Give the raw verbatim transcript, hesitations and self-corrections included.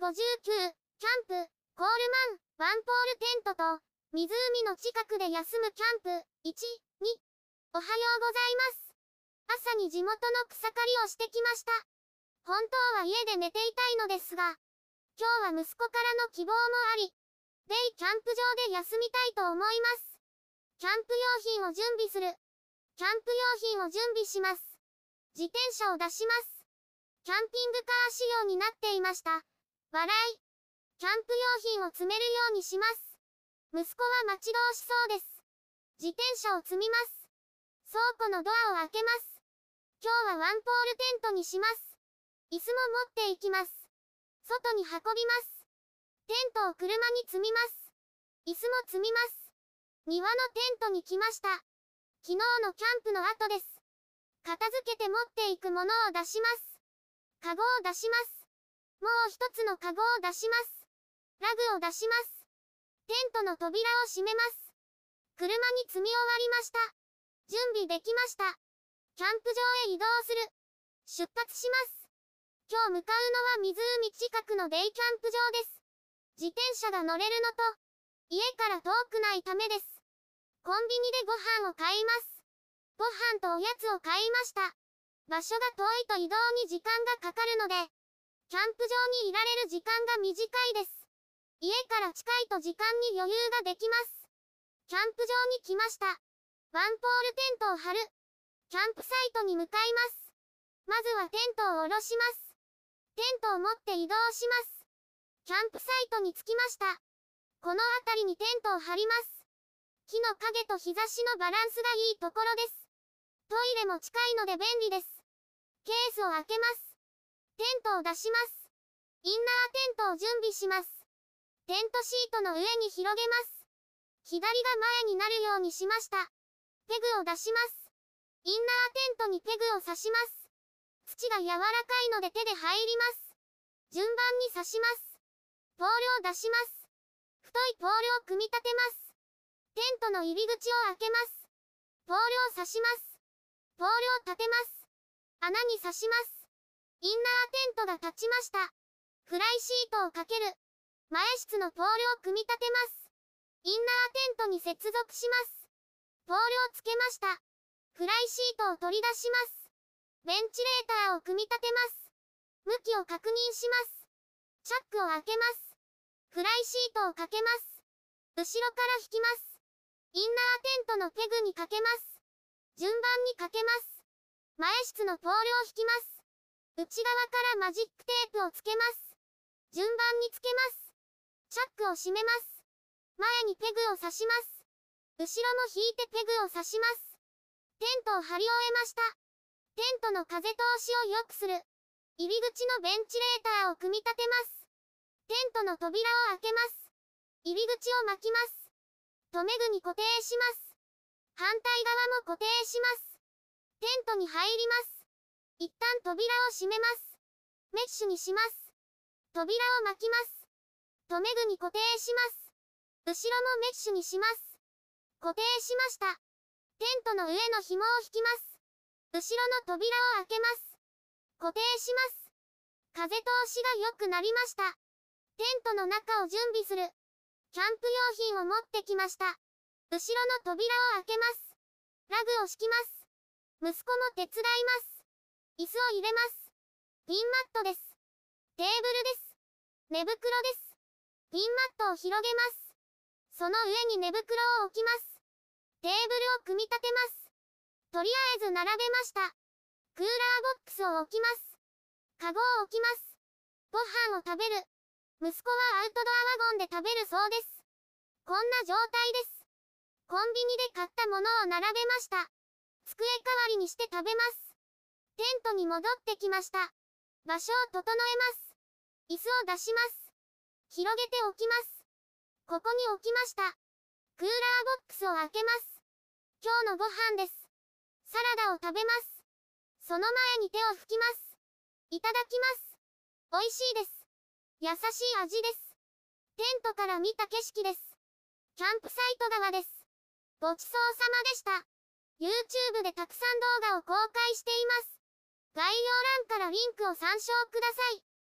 ごじゅうきゅう、キャンプ、コールマン、ワンポールテントと、湖の近くで休むキャンプ、いち、に。おはようございます。朝に地元の草刈りをしてきました。本当は家で寝ていたいのですが、今日は息子からの希望もあり、デイキャンプ場で休みたいと思います。キャンプ用品を準備する。キャンプ用品を準備します。自転車を出します。キャンピングカー仕様になっていました。笑い。キャンプ用品を積めるようにします。息子は待ち遠しそうです。自転車を積みます。倉庫のドアを開けます。今日はワンポールテントにします。椅子も持っていきます。外に運びます。テントを車に積みます。椅子も積みます。庭のテントに来ました。昨日のキャンプの後です。片付けて持っていくものを出します。カゴを出します。もう一つのカゴを出します。ラグを出します。テントの扉を閉めます。車に積み終わりました。準備できました。キャンプ場へ移動する。出発します。今日向かうのは湖近くのデイキャンプ場です。自転車が乗れるのと、家から遠くないためです。コンビニでご飯を買います。ご飯とおやつを買いました。場所が遠いと移動に時間がかかるので、キャンプ場にいられる時間が短いです。家から近いと時間に余裕ができます。キャンプ場に来ました。ワンポールテントを張る。キャンプサイトに向かいます。まずはテントを下ろします。テントを持って移動します。キャンプサイトに着きました。この辺りにテントを張ります。木の影と日差しのバランスがいいところです。トイレも近いので便利です。ケースを開けます。テントを出します。インナーテントを準備します。テントシートの上に広げます。左が前になるようにしました。ペグを出します。インナーテントにペグを刺します。土が柔らかいので手で入ります。順番に刺します。ポールを出します。太いポールを組み立てます。テントの入り口を開けます。ポールを刺します。ポールを立てます。穴に刺します。インナーテントが立ちました。フライシートをかける。前室のポールを組み立てます。インナーテントに接続します。ポールをつけました。フライシートを取り出します。ベンチレーターを組み立てます。向きを確認します。チャックを開けます。フライシートをかけます。後ろから引きます。インナーテントのペグにかけます。順番にかけます。前室のポールを引きます。内側からマジックテープをつけます。順番につけます。チャックを閉めます。前にペグを刺します。後ろも引いてペグを刺します。テントを張り終えました。テントの風通しを良くする。入り口のベンチレーターを組み立てます。テントの扉を開けます。入り口を巻きます。留め具に固定します。反対側も固定します。テントに入ります。一旦扉を閉めます。メッシュにします。扉を巻きます。留め具に固定します。後ろもメッシュにします。固定しました。テントの上の紐を引きます。後ろの扉を開けます。固定します。風通しが良くなりました。テントの中を準備する。キャンプ用品を持ってきました。後ろの扉を開けます。ラグを敷きます。息子も手伝います。椅子を入れます。ピンマットです。テーブルです。寝袋です。ピンマットを広げます。その上に寝袋を置きます。テーブルを組み立てます。とりあえず並べました。クーラーボックスを置きます。カゴを置きます。ご飯を食べる。息子はアウトドアワゴンで食べるそうです。こんな状態です。コンビニで買ったものを並べました。机代わりにして食べます。テントに戻ってきました。場所を整えます。椅子を出します。広げておきます。ここに置きました。クーラーボックスを開けます。今日のご飯です。サラダを食べます。その前に手を拭きます。いただきます。美味しいです。優しい味です。テントから見た景色です。キャンプサイト側です。ごちそうさまでした。YouTube でたくさん動画を公開しています。概要欄からリンクを参照ください。